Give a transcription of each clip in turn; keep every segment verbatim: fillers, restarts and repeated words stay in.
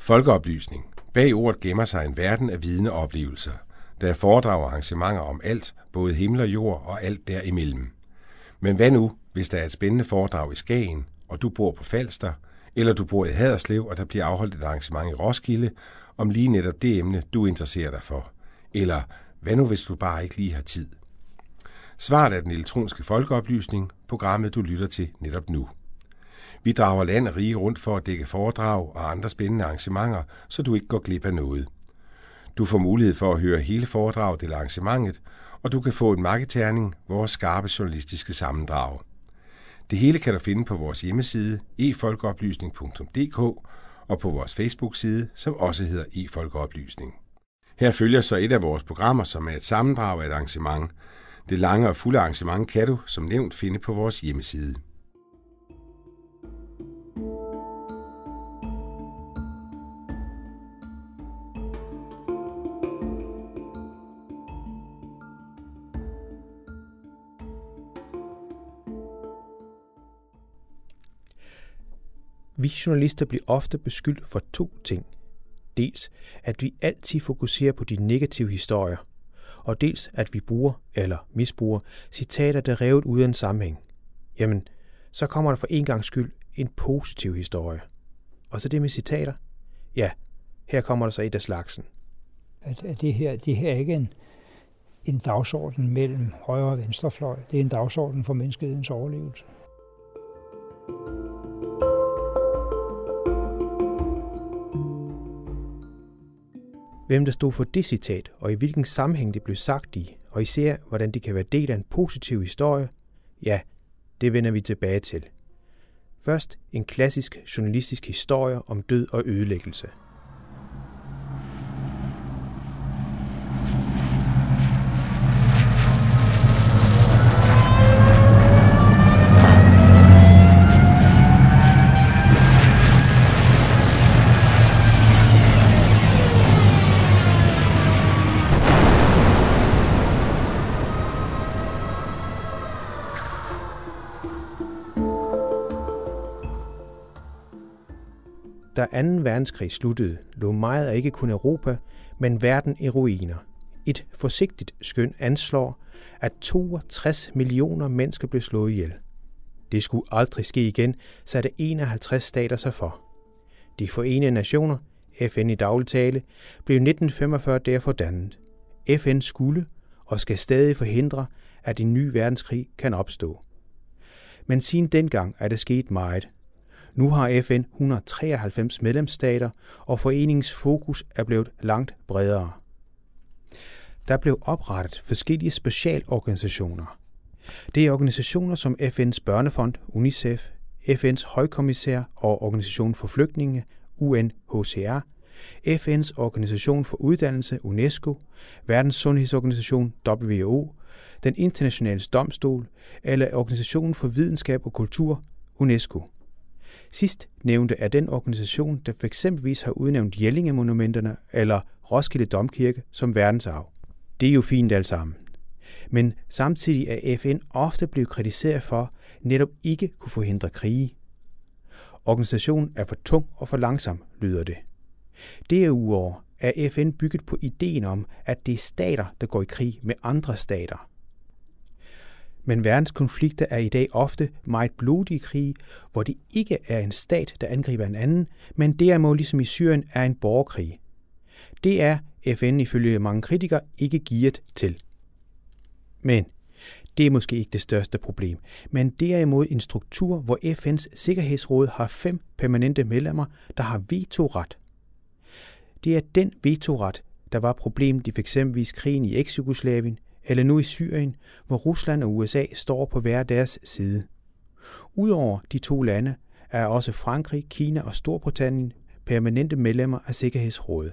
Folkeoplysning. Bag ordet gemmer sig en verden af viden og oplevelser. Der er foredrag og arrangementer om alt, både himmel og jord og alt derimellem. Men hvad nu, hvis der er et spændende foredrag i Skagen, og du bor på Falster, eller du bor i Haderslev, og der bliver afholdt et arrangement i Roskilde, om lige netop det emne, du interesserer dig for? Eller hvad nu, hvis du bare ikke lige har tid? Svaret er den elektroniske folkeoplysning, programmet du lytter til netop nu. Vi drager land og rige rundt for at dække foredrag og andre spændende arrangementer, så du ikke går glip af noget. Du får mulighed for at høre hele foredraget eller arrangementet, og du kan få en marketerning, vores skarpe journalistiske sammendrag. Det hele kan du finde på vores hjemmeside e folkeoplysning punktum d k og på vores Facebook-side, som også hedder e-folkeoplysning. Her følger så et af vores programmer, som er et sammendrag af et arrangement. Det lange og fulde arrangement kan du, som nævnt, finde på vores hjemmeside. Vi journalister bliver ofte beskyldt for to ting. Dels, at vi altid fokuserer på de negative historier, og dels, at vi bruger eller misbruger citater, der er revet ud af en sammenhæng. Jamen, så kommer der for en gangs skyld en positiv historie. Og så det med citater? Ja, her kommer der så et af slagsen. At det her, det her er ikke en, en dagsorden mellem højre og venstrefløj. Det er en dagsorden for menneskehedens overlevelse. Hvem der stod for det citat, og i hvilken sammenhæng det blev sagt i, og især hvordan det kan være del af en positiv historie, ja, det vender vi tilbage til. Først en klassisk journalistisk historie om død og ødelæggelse. Da anden verdenskrig sluttede, lå meget af ikke kun Europa, men verden i ruiner. Et forsigtigt skøn anslår, at toogtres millioner mennesker blev slået ihjel. Det skulle aldrig ske igen, satte enoghalvtreds stater sig for. De Forenede Nationer, F N i daglig tale, blev i nitten femogfyrre derfor dannet. F N skulle og skal stadig forhindre, at en ny verdenskrig kan opstå. Men siden dengang er der sket meget. Nu har F N et hundrede og treoghalvfems medlemsstater, og foreningens fokus er blevet langt bredere. Der blev oprettet forskellige specialorganisationer. Det er organisationer som F N's børnefond, UNICEF, F N's højkommissær og organisation for flygtninge, U N H C R, F N's organisation for uddannelse, UNESCO, Verdens Sundhedsorganisation, W H O, den internationale domstol eller Organisationen for videnskab og kultur, UNESCO. Sidst nævnte er den organisation, der for eksempelvis har udnævnt Jellinge-monumenterne eller Roskilde Domkirke som verdensarv. Det er jo fint alt sammen. Men samtidig er F N ofte blevet kritiseret for netop ikke kunne forhindre krige. Organisationen er for tung og for langsom, lyder det. Derudover er F N bygget på ideen om, at det er stater, der går i krig med andre stater. Men verdens konflikter er i dag ofte meget blodige krige, hvor det ikke er en stat, der angriber en anden, men derimod ligesom i Syrien er en borgerkrig. Det er F N ifølge mange kritikere ikke gearet til. Men det er måske ikke det største problem, men derimod en struktur, hvor F N's Sikkerhedsråd har fem permanente medlemmer, der har vetoret. Det er den vetoret, der var problemet i f.eks. krigen i eks-Jugoslavien, eller nu i Syrien, hvor Rusland og U S A står på hver deres side. Udover de to lande er også Frankrig, Kina og Storbritannien permanente medlemmer af Sikkerhedsrådet.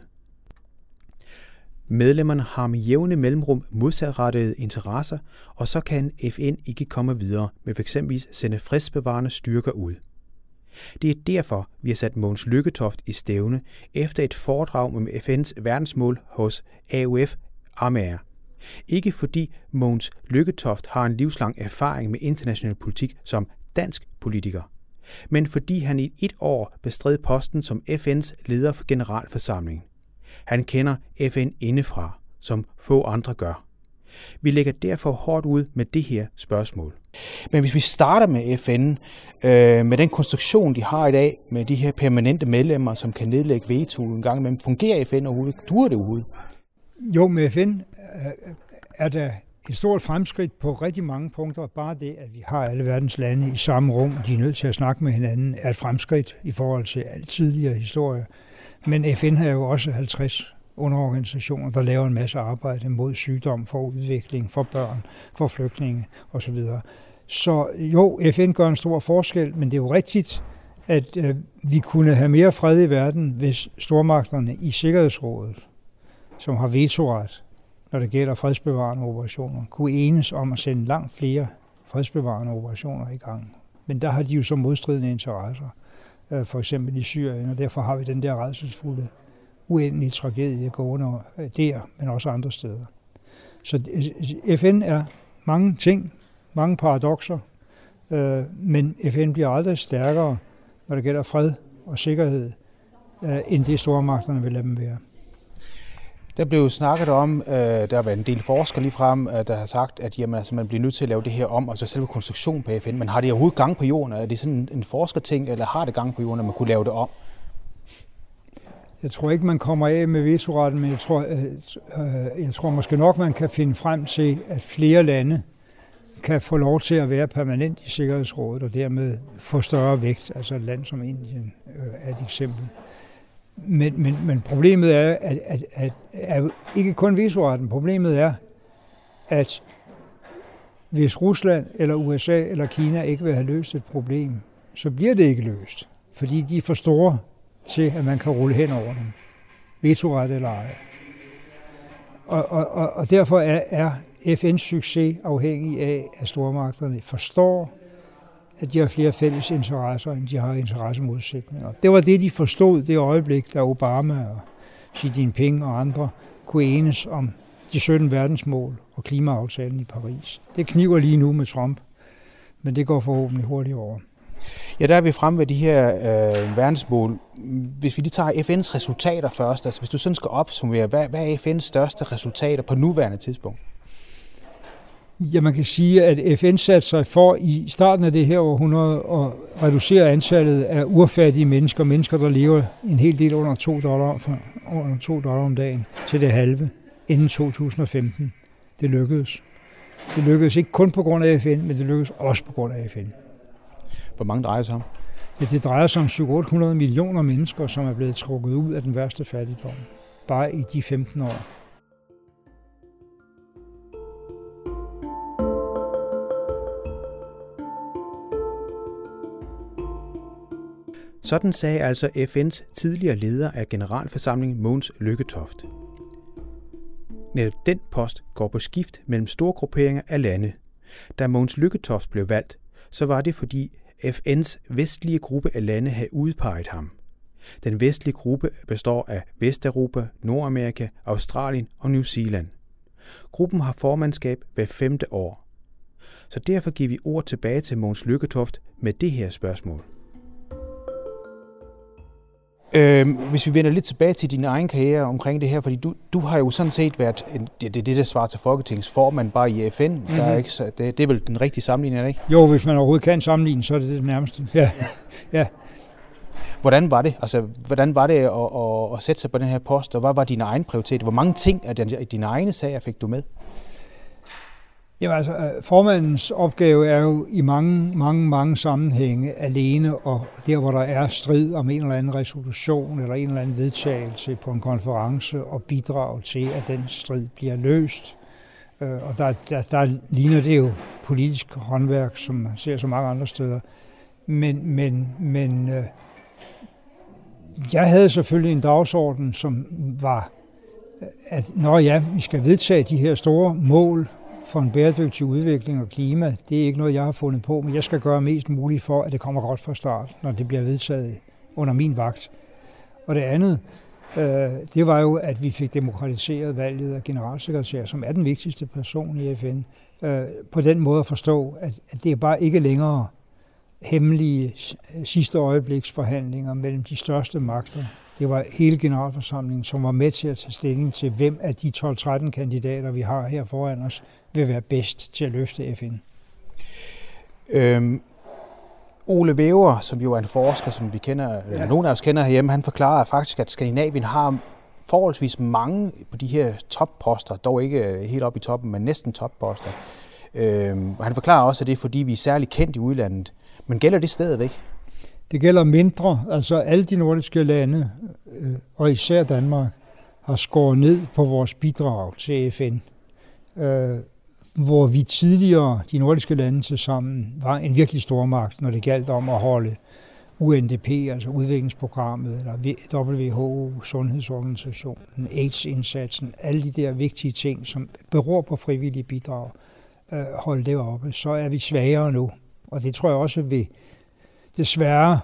Medlemmerne har med jævne mellemrum modsatrettede interesser, og så kan F N ikke komme videre med f.eks. sende fredsbevarende styrker ud. Det er derfor, vi har sat Mogens Lykketoft i stævne efter et foredrag med F N's verdensmål hos A U F Amager. Ikke fordi Mogens Lykketoft har en livslang erfaring med international politik som dansk politiker, men fordi han i et år bestred posten som F N's leder for generalforsamlingen. Han kender F N indefra, som få andre gør. Vi lægger derfor hårdt ud med det her spørgsmål. Men hvis vi starter med F N, øh, med den konstruktion, de har i dag, med de her permanente medlemmer, som kan nedlægge veto en gang imellem, fungerer F N overhovedet? Duer det overhovedet? Jo, med F N er der et stort fremskridt på rigtig mange punkter. Bare det, at vi har alle verdens lande i samme rum, de er nødt til at snakke med hinanden, er et fremskridt i forhold til al tidligere historie. Men F N har jo også halvtreds underorganisationer, der laver en masse arbejde mod sygdom, for udvikling, for børn, for flygtninge osv. Så jo, F N gør en stor forskel, men det er jo rigtigt, at øh, vi kunne have mere fred i verden, hvis stormagterne i Sikkerhedsrådet, som har vetoret, når det gælder fredsbevarende operationer, kunne enes om at sende langt flere fredsbevarende operationer i gang. Men der har de jo så modstridende interesser, øh, for eksempel i Syrien, og derfor har vi den der rædselsfulde uendelige tragedie gående der, men også andre steder. Så F N er mange ting, mange paradokser, øh, men F N bliver aldrig stærkere, når det gælder fred og sikkerhed, øh, end det stormagterne vil lade dem være. Der blev jo snakket om, øh, der har været en del forskere lige frem, øh, der har sagt, at jamen, altså, man bliver nødt til at lave det her om, altså selve konstruktionen på F N. Men har det overhovedet gang på jorden? Er det sådan en forskerting, eller har det gang på jorden, at man kunne lave det om? Jeg tror ikke, man kommer af med vetoretten, men jeg tror, øh, jeg tror måske nok, man kan finde frem til, at flere lande kan få lov til at være permanent i Sikkerhedsrådet, og dermed få større vægt. Altså et land som Indien øh, er et eksempel. Men, men, men problemet er, at, at, at, at ikke kun vetoretten. Problemet er, at hvis Rusland eller U S A eller Kina ikke vil have løst et problem, så bliver det ikke løst. Fordi de er for store til, at man kan rulle hen over dem. Vetoret eller ej. Og, og, og, og derfor er, er F N's succes afhængig af, at stormagterne forstår, at de har flere fælles interesser, end de har interessemodsætninger. Det var det, de forstod det øjeblik, da Obama og Xi Jinping og andre kunne enes om de sytten verdensmål og klimaaftalen i Paris. Det kniver lige nu med Trump, men det går forhåbentlig hurtigt over. Ja, der er vi fremme ved de her øh, verdensmål. Hvis vi lige tager F N's resultater først, altså hvis du sådan skal opsummere, hvad, hvad er F N's største resultater på nuværende tidspunkt? Ja, man kan sige, at F N satte sig for i starten af det her århundrede at reducere antallet af urfattige mennesker, mennesker, der lever en hel del under to dollar, for, under to dollar om dagen, til det halve inden to tusind og femten. Det lykkedes. Det lykkedes ikke kun på grund af F N, men det lykkedes også på grund af F N. Hvor mange drejer sig om? Ja, det drejer sig om syv hundrede til otte hundrede millioner mennesker, som er blevet trukket ud af den værste fattigdom. Bare i de femten år. Sådan sagde altså F N's tidligere leder af generalforsamlingen, Mogens Lykketoft. Netop den post går på skift mellem store grupperinger af lande. Da Mogens Lykketoft blev valgt, så var det fordi F N's vestlige gruppe af lande havde udpeget ham. Den vestlige gruppe består af Vesteuropa, Nordamerika, Australien og New Zealand. Gruppen har formandskab hver femte år. Så derfor giver vi ord tilbage til Mogens Lykketoft med det her spørgsmål. Øh, hvis vi vender lidt tilbage til din egen karriere omkring det her, fordi du, du har jo sådan set været, en, det, det er det, der svarer til Folketingsformand bare i F N. Mm-hmm. Der er ikke, det, det er vel den rigtige sammenligning, ikke? Jo, hvis man overhovedet kan sammenligne, så er det det nærmeste. Ja. Ja. Hvordan var det? Altså, hvordan var det at, at, at sætte sig på den her post, og hvad var dine egne prioriteter? Hvor mange ting af dine egne sager fik du med? Jamen altså, formandens opgave er jo i mange, mange, mange sammenhænge alene, og der, hvor der er strid om en eller anden resolution eller en eller anden vedtagelse på en konference, og bidrage til, at den strid bliver løst. Og der, der, der ligner det jo politisk håndværk, som man ser så mange andre steder. Men, men, men jeg havde selvfølgelig en dagsorden, som var, at når ja, vi skal vedtage de her store mål for en bæredygtig udvikling og klima, det er ikke noget, jeg har fundet på, men jeg skal gøre mest muligt for, at det kommer godt fra start, når det bliver vedtaget under min vagt. Og det andet, øh, det var jo, at vi fik demokratiseret valget af generalsekretær, som er den vigtigste person i F N, øh, på den måde at forstå, at, at det er bare ikke længere hemmelige sidste øjebliksforhandlinger mellem de største magter. Det var hele generalforsamlingen, som var med til at tage stilling til, hvem af de tolv tretten kandidater, vi har her foran os, vil være bedst til at løfte F N. Øhm, Ole Væver, som jo er en forsker, som vi kender, ja. eller nogen af os kender herhjemme, han forklarer faktisk, at Skandinavien har forholdsvis mange på de her topposter, dog ikke helt op i toppen, men næsten topposter. Øhm, og han forklarer også, at det er fordi, vi er særligt kendt i udlandet. Men gælder det stadigvæk? Det gælder mindre. Altså alle de nordiske lande, øh, og især Danmark, har skåret ned på vores bidrag til F N. Øh, hvor vi tidligere, de nordiske lande til sammen, var en virkelig stormagt, når det galt om at holde U N D P, altså udviklingsprogrammet, eller W H O, Sundhedsorganisationen, AIDS-indsatsen, alle de der vigtige ting, som beror på frivillige bidrag, øh, holde det oppe, så er vi svagere nu. Og det tror jeg også vil desværre,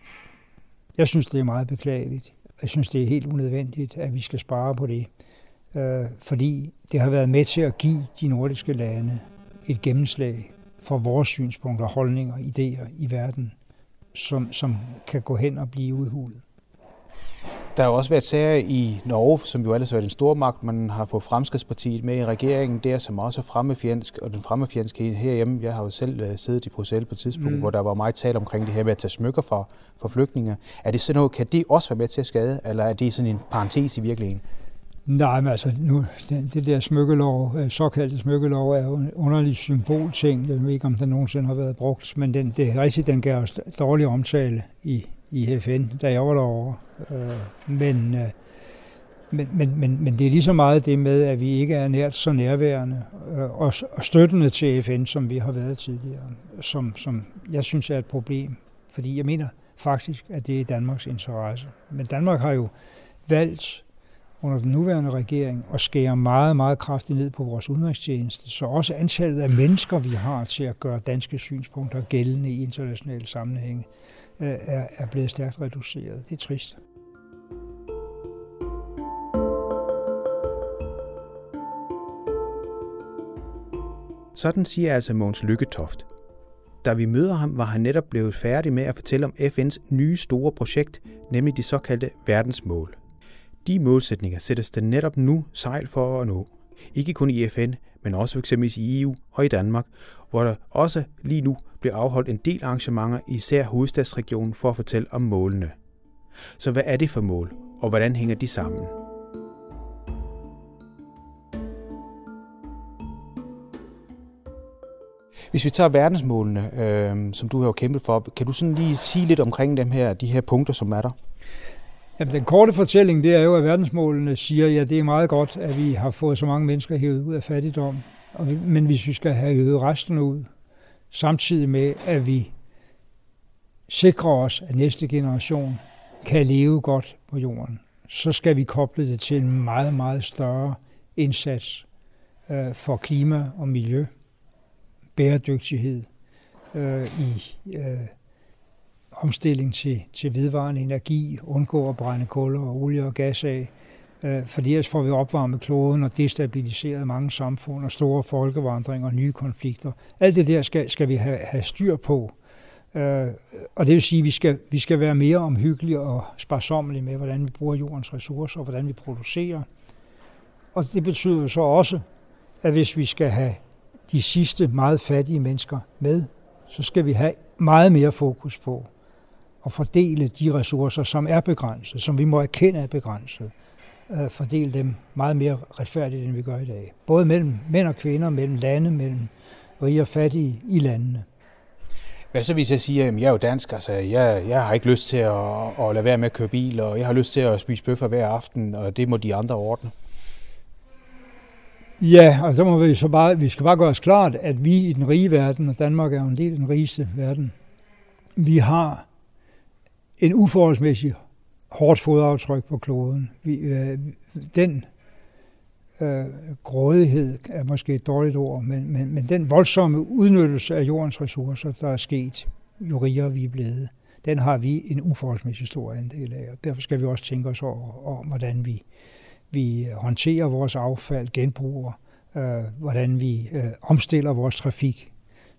jeg synes det er meget beklageligt. Jeg synes det er helt unødvendigt, at vi skal spare på det. Øh, fordi det har været med til at give de nordiske lande et gennemslag for vores synspunkter, holdninger, idéer i verden, som, som kan gå hen og blive udhulet. Der har også været sager i Norge, som jo ellers har været en stormagt. Man har fået Fremskridtspartiet med i regeringen der, som også er fremmefjendsk, og den fremmefjendske herhjemme. Jeg har jo selv uh, siddet i Bruxelles på et tidspunkt, mm. hvor der var meget tale omkring det her med at tage smykker for, for flygtninge. Er det sådan noget, kan det også være med til at skade, eller er det sådan en parentes i virkeligheden? Nej, men altså, nu, det, det der smykkelov, såkaldte smykkelov, er jo en underlig symbolting. Jeg ved ikke, om den nogensinde har været brugt, men den, det er rigtigt, den gav os dårlig omtale i, i F N, da jeg var derovre. Men, men, men, men, men det er lige så meget det med, at vi ikke er nært så nærværende og, og støttende til F N, som vi har været tidligere, som, som jeg synes er et problem. Fordi jeg mener faktisk, at det er Danmarks interesse. Men Danmark har jo valgt under den nuværende regering og skære meget, meget kraftigt ned på vores udenrigstjeneste. Så også antallet af mennesker, vi har til at gøre danske synspunkter gældende i internationale sammenhænge, er, er blevet stærkt reduceret. Det er trist. Sådan siger altså Mogens Lykketoft. Da vi møder ham, var han netop blevet færdig med at fortælle om F N's nye store projekt, nemlig de såkaldte verdensmål. De målsætninger sættes der netop nu sejl for at nå. Ikke kun i F N, men også f.eks. i E U og i Danmark, hvor der også lige nu bliver afholdt en del arrangementer, især hovedstadsregionen, for at fortælle om målene. Så hvad er det for mål, og hvordan hænger de sammen? Hvis vi tager verdensmålene, øh, som du har jo kæmpet for, kan du sådan lige sige lidt omkring dem her, de her punkter, som er der? Jamen, den korte fortælling, det er jo, at verdensmålene siger, ja, det er meget godt, at vi har fået så mange mennesker hævet ud af fattigdom, og vi, men hvis vi skal have hævet resten ud, samtidig med, at vi sikrer os, at næste generation kan leve godt på jorden, så skal vi koble det til en meget, meget større indsats øh, for klima og miljø, bæredygtighed øh, i øh, omstilling til, til vedvarende energi, undgå at brænde kul og olie og gas af, øh, for ellers får vi opvarmet kloden og destabiliseret mange samfund og store folkevandringer og nye konflikter. Alt det der skal, skal vi have, have styr på, øh, og det vil sige, at vi skal, vi skal være mere omhyggelige og sparsommelige med, hvordan vi bruger jordens ressourcer og hvordan vi producerer. Og det betyder så også, at hvis vi skal have de sidste meget fattige mennesker med, så skal vi have meget mere fokus på at fordele de ressourcer, som er begrænset, som vi må erkende er begrænset, uh, fordele dem meget mere retfærdigt, end vi gør i dag. Både mellem mænd og kvinder, mellem lande, mellem rige og fattige i landene. Hvad så hvis jeg siger, at jeg er jo dansk, altså jeg, jeg har ikke lyst til at, at lade være med at køre bil, og jeg har lyst til at spise bøffer hver aften, og det må de andre ordne? Ja, og så må vi så bare, vi skal bare gøre os klart, at vi i den rige verden, og Danmark er jo en del af den rigeste verden, vi har en uforholdsmæssig hårdt fodaftryk på kloden. Vi, øh, den øh, grådighed er måske et dårligt ord, men, men, men den voldsomme udnyttelse af jordens ressourcer, der er sket, jo rigere vi er blevet, den har vi en uforholdsmæssig stor andel af. Og derfor skal vi også tænke os over, over hvordan vi Vi håndterer vores affald, genbruger, øh, hvordan vi øh, omstiller vores trafik,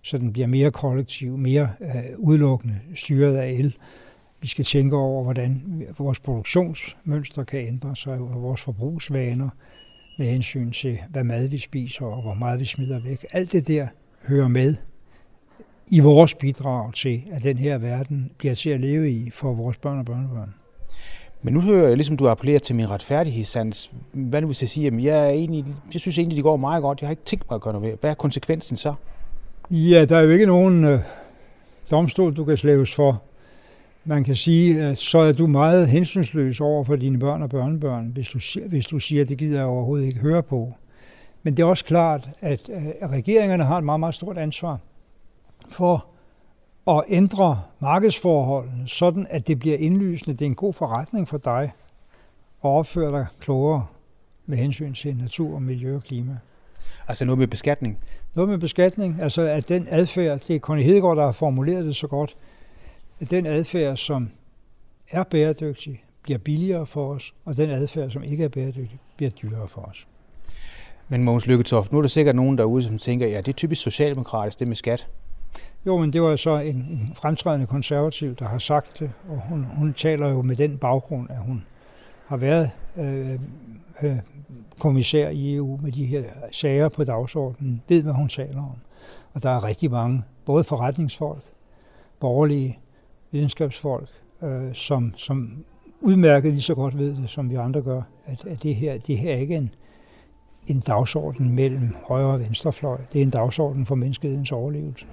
så den bliver mere kollektiv, mere øh, udelukkende styret af el. Vi skal tænke over, hvordan vores produktionsmønster kan ændre sig, og vores forbrugsvaner med hensyn til, hvad mad vi spiser, og hvor meget vi smider væk. Alt det der hører med i vores bidrag til, at den her verden bliver til at leve i for vores børn og børnebørn. Men nu hører jeg, ligesom du appellerer til min retfærdighedssans. Hvad vil jeg sige? Jamen, jeg, er egentlig, jeg synes egentlig, det går meget godt. Jeg har ikke tænkt mig at gøre noget ved. Hvad er konsekvensen så? Ja, der er jo ikke nogen øh, domstol, du kan slæves for. Man kan sige, at så er du meget hensynsløs over for dine børn og børnebørn, hvis du, hvis du siger, at det gider jeg overhovedet ikke høre på. Men det er også klart, at, at regeringerne har et meget, meget stort ansvar for at ændre markedsforholdene, sådan at det bliver indlysende. Det er en god forretning for dig at opføre dig klogere med hensyn til natur, miljø og klima. Altså noget med beskatning? Noget med beskatning, altså at den adfærd, det er Connie Hedegaard, der har formuleret det så godt, at den adfærd, som er bæredygtig, bliver billigere for os, og den adfærd, som ikke er bæredygtig, bliver dyrere for os. Men Mogens Lykketoft, nu er der sikkert nogen derude, som tænker, ja, det er typisk socialdemokratisk, det med skat. Jo, men det var så en, en fremtrædende konservativ, der har sagt det, og hun, hun taler jo med den baggrund, at hun har været øh, øh, kommissær i E U med de her sager på dagsordenen, ved, hvad hun taler om. Og der er rigtig mange, både forretningsfolk, borgerlige, videnskabsfolk, øh, som, som udmærket lige så godt ved det, som vi andre gør, at, at det her, det her er ikke en, en dagsorden mellem højre og venstrefløj. Det er en dagsorden for menneskehedens overlevelse.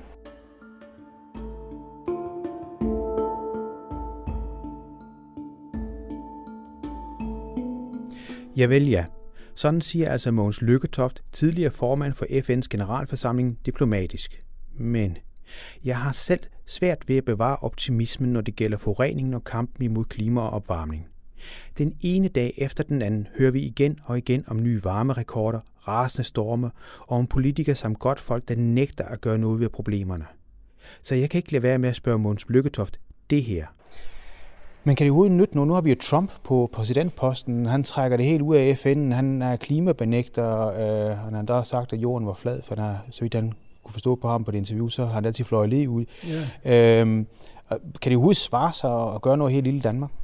Javel ja. Sådan siger altså Mogens Lykketoft, tidligere formand for F N's generalforsamling, diplomatisk. Men jeg har selv svært ved at bevare optimismen, når det gælder forureningen og kampen imod klima og opvarmning. Den ene dag efter den anden hører vi igen og igen om nye varmerekorder, rasende storme og om politikere samt godt folk, der nægter at gøre noget ved problemerne. Så jeg kan ikke lade være med at spørge Mogens Lykketoft det her. Men kan det overhovedet nytte noget? Nu har vi jo Trump på præsidentposten. Han trækker det helt ud af F N. Han er klimabenægter. Øh, han har da sagt, at jorden var flad, for han, så vidt han kunne forstå på ham på det interview, så har han altid fløjet lige ud. Yeah. Øhm, kan det overhovedet svare sig at gøre noget helt lille i Danmark?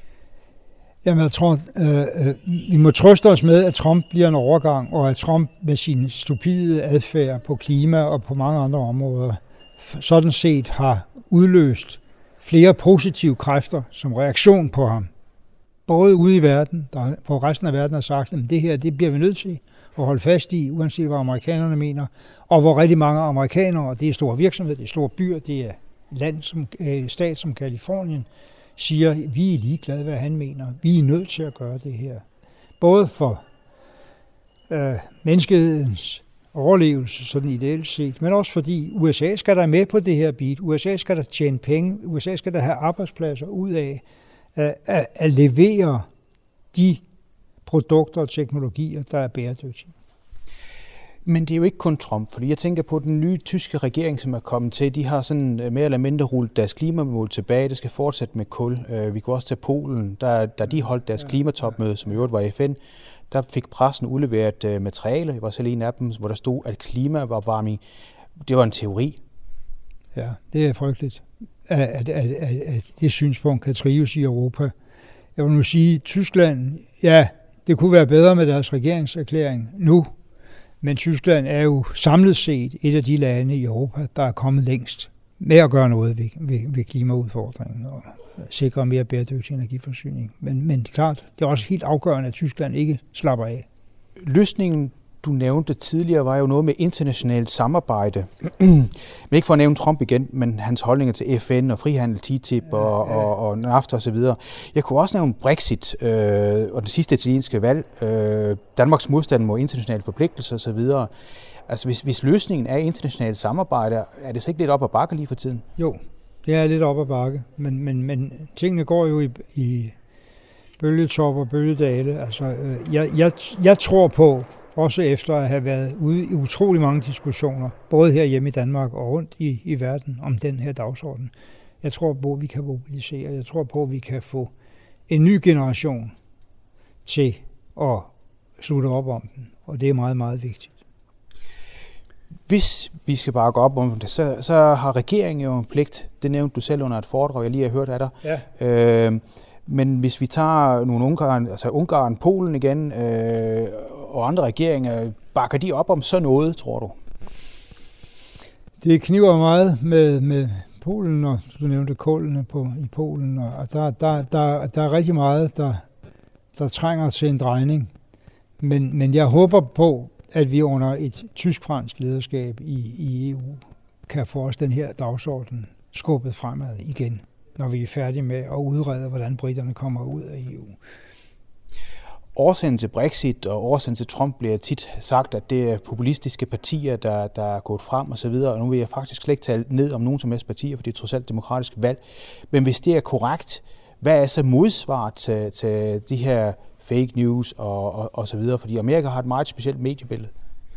Jamen, jeg tror, øh, vi må trøste os med, at Trump bliver en overgang, og at Trump med sin stupide adfærd på klima og på mange andre områder sådan set har udløst flere positive kræfter som reaktion på ham. Både ude i verden, der, hvor resten af verden har sagt, at det her det bliver vi nødt til at holde fast i, uanset hvad amerikanerne mener, og hvor rigtig mange amerikanere, og det er store virksomheder, det er store byer, det er land som, stat som Kalifornien, siger, vi er ligeglade, hvad han mener. Vi er nødt til at gøre det her. Både for øh, menneskehedens overlevelse, sådan ideelt set, men også fordi U S A skal der med på det her beat. U S A skal der tjene penge. U S A skal der have arbejdspladser ud af at, at, at levere de produkter og teknologier, der er bæredygtige. Men det er jo ikke kun Trump, fordi jeg tænker på den nye tyske regering, som er kommet til. De har sådan mere eller mindre rullet deres klimamål tilbage. Det skal fortsætte med kul. Vi går også til Polen, der, der de holdt deres klimatopmøde, som i øvrigt var i F N. Der fik pressen udleveret materiale. Jeg var selv en af dem, hvor der stod, at klimaopvarmning, det var en teori. Ja, det er frygteligt, at, at, at, at det synspunkt kan trives i Europa. Jeg vil nu sige, at Tyskland, ja, det kunne være bedre med deres regeringserklæring nu, men Tyskland er jo samlet set et af de lande i Europa, der er kommet længst med at gøre noget ved, ved, ved klimaudfordringen og sikre mere bæredygtig energiforsyning. Men, men klart, det er også helt afgørende, at Tyskland ikke slapper af. Løsningen, du nævnte tidligere, var jo noget med internationalt samarbejde. Men ikke for at nævne Trump igen, men hans holdninger til F N og frihandel, T T I P og, ja, ja. og, og NAFTA osv. Jeg kunne også nævne Brexit øh, og det sidste italienske valg, øh, Danmarks modstand mod internationale forpligtelser osv. Altså hvis, hvis løsningen er internationalt samarbejde, er det så ikke lidt op ad bakke lige for tiden? Jo, det er lidt op ad bakke, men, men, men tingene går jo i, i bølgetop og bølgedale. Altså, øh, jeg, jeg, jeg tror på, også efter at have været ude i utrolig mange diskussioner, både her hjemme i Danmark og rundt i, i verden om den her dagsorden. Jeg tror på, at vi kan mobilisere. Jeg tror på, at vi kan få en ny generation til at slutte op om den, og det er meget, meget vigtigt. Hvis vi skal bare gå op om det, så, så har regeringen jo en pligt. Det nævnte du selv under et foredrag, jeg lige har hørt af dig. Ja. Øh, men hvis vi tager nogle Ungarn, altså Ungarn, Polen igen, øh, og andre regeringer, bakker de op om sådan noget, tror du? Det kniver meget med, med Polen, og du nævnte kålene på, i Polen, og der, der, der, der er rigtig meget, der, der trænger til en drejning. Men, men jeg håber på, at vi under et tysk-fransk lederskab i, i E U kan få os den her dagsorden skubbet fremad igen, når vi er færdige med at udrede, hvordan briterne kommer ud af E U. Årsagen til Brexit og årsagen til Trump bliver tit sagt, at det er populistiske partier, der, der er gået frem osv., og, og nu vil jeg faktisk slet ikke tale ned om nogen som helst partier, for det er trods alt demokratisk valg. Men hvis det er korrekt, hvad er så modsvar til, til de her fake news og, og, og så videre? Fordi Amerika har et meget specielt mediebillede.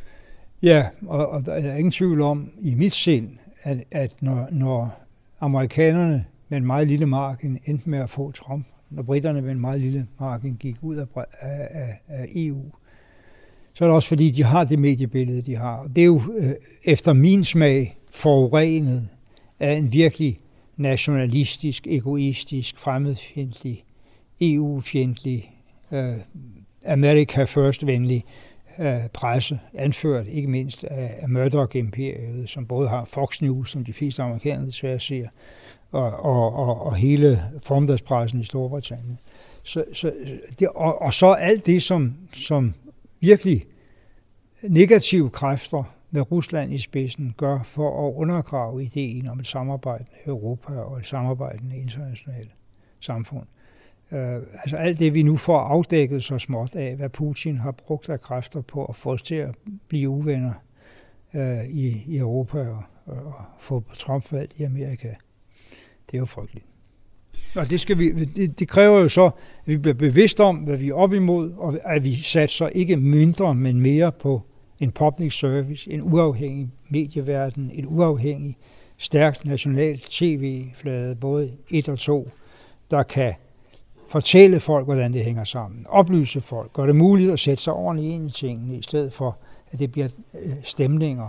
Ja, og, og der er ingen tvivl om i mit sind, at, at når, når amerikanerne med en meget lille margin endte med at få Trump, når britterne med en meget lille margin gik ud af, af, af E U, så er det også fordi, de har det mediebillede, de har. Det er jo øh, efter min smag forurenet af en virkelig nationalistisk, egoistisk, fremmedfjendtlig, E U-fjendtlig, øh, America First-venlig øh, presse, anført ikke mindst af, af Murdoch-imperiet, som både har Fox News, som de fleste amerikanere desværre ser, og, og, og, og hele formiddagspressen i Storbritannien. Så, så det, og, og så alt det, som, som virkelig negative kræfter med Rusland i spidsen gør for at undergrave ideen om et samarbejdende Europa og et samarbejdende internationalt samfund. Uh, altså alt det, vi nu får afdækket så småt af, hvad Putin har brugt af kræfter på at få os til at blive uvenner uh, i, i Europa og, og få Trump valgt i Amerika. Det er jo frygteligt. Og det, skal vi, det, det kræver jo så, at vi bliver bevidst om, hvad vi er op imod, og at vi satser ikke mindre, men mere på en public service, en uafhængig medieverden, en uafhængig, stærkt nationalt tv-flade, både et og to, der kan fortælle folk, hvordan det hænger sammen, oplyse folk, gøre det muligt at sætte sig ordentligt ind i tingene, i stedet for, at det bliver stemninger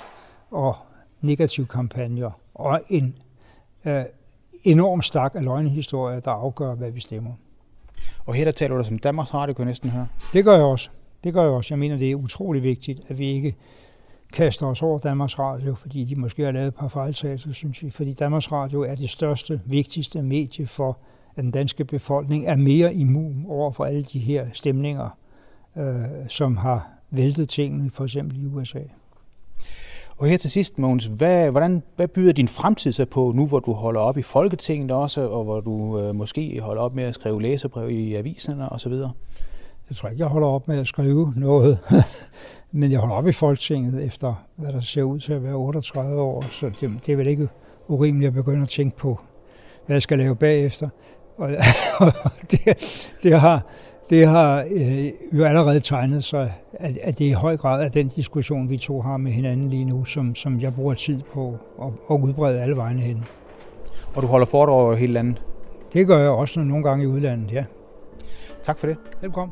og negative kampagner og en øh, enorm stak af løgnehistorier, der afgør, hvad vi stemmer. Og her der taler du som Danmarks Radio, kan jeg næsten høre. Det gør jeg også. Det gør jeg også. Jeg mener, det er utrolig vigtigt, at vi ikke kaster os over Danmarks Radio, fordi de måske har lavet et par fejltagelser, synes vi. Fordi Danmarks Radio er det største, vigtigste medie for, at den danske befolkning er mere immun over for alle de her stemninger, øh, som har væltet tingene, for eksempel i U S A. Og her til sidst, Mogens, hvad, hvordan, hvad byder din fremtid sig på nu, hvor du holder op i Folketinget også, og hvor du øh, måske holder op med at skrive læserbrev i aviserne osv.? Jeg tror ikke, jeg holder op med at skrive noget, men jeg holder op i Folketinget efter, hvad der ser ud til at være otteogtredive år, så det, det er vel ikke urimeligt at begynde at tænke på, hvad jeg skal lave bagefter. Og, og det, det har, det har øh, jo allerede tegnet sig, at, at det i høj grad er den diskussion, vi to har med hinanden lige nu, som, som jeg bruger tid på at, at udbrede alle vegne hen. Og du holder foredrag over hele landet? Det gør jeg også nogle gange i udlandet, ja. Tak for det. Velkommen.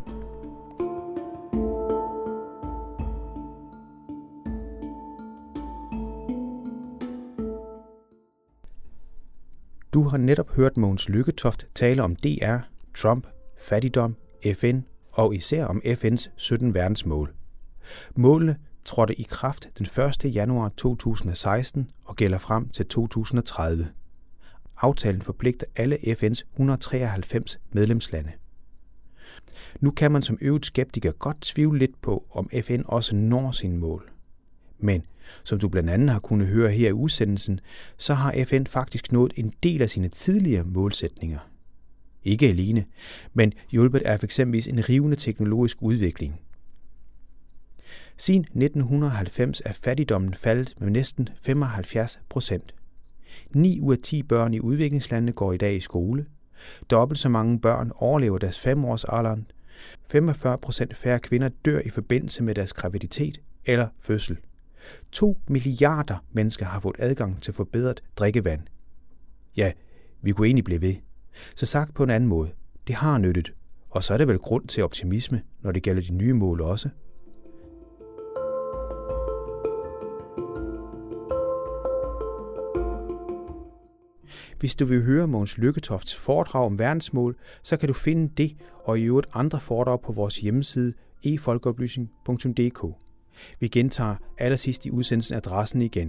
Du har netop hørt Mogens Lykketoft tale om D R, Trump, fattigdom, F N og især om F N's sytten verdensmål. Målene trådte i kraft den første januar to tusind og seksten og gælder frem til to tusind og tredive. Aftalen forpligter alle F N's et hundrede og treoghalvfems medlemslande. Nu kan man som øvrigt skeptiker godt tvivle lidt på, om F N også når sine mål. Men som du blandt andet har kunnet høre her i udsendelsen, så har F N faktisk nået en del af sine tidligere målsætninger. Ikke alene, men hjulpet af f.eks. en rivende teknologisk udvikling. Siden nitten halvfems er fattigdommen faldet med næsten femoghalvfjerds procent. ni ud af ti børn i udviklingslandene går i dag i skole. Dobbelt så mange børn overlever deres femårsalderen. femogfyrre procent færre kvinder dør i forbindelse med deres graviditet eller fødsel. To milliarder mennesker har fået adgang til forbedret drikkevand. Ja, vi kunne egentlig blive ved. Så sagt på en anden måde, det har nyttet, og så er det vel grund til optimisme, når det gælder de nye mål også. Hvis du vil høre Mogens Lykketofts foredrag om verdensmål, så kan du finde det og i øvrigt andre foredrag på vores hjemmeside e folkeoplysning punktum d k. Vi gentager allersidst i udsendelsen adressen igen.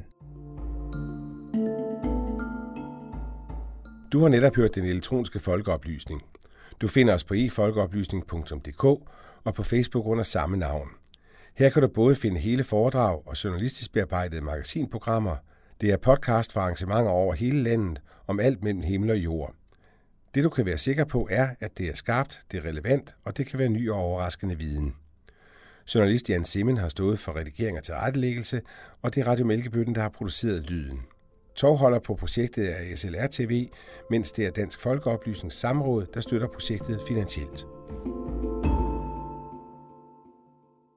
Du har netop hørt den elektroniske folkeoplysning. Du finder os på e folkeoplysning punktum d k og på Facebook under samme navn. Her kan du både finde hele foredrag og journalistisk bearbejdede magasinprogrammer. Det er podcast for arrangementer over hele landet om alt mellem himmel og jord. Det du kan være sikker på er, at det er skarpt, det er relevant, og det kan være ny og overraskende viden. Journalist Jan Simmen har stået for redigering og tilrettelæggelse, og det er Radio Mælkebøtten, der har produceret lyden. Tovholder på projektet er S L R T V, mens det er Dansk Folkeoplysnings Samråd, der støtter projektet finansielt.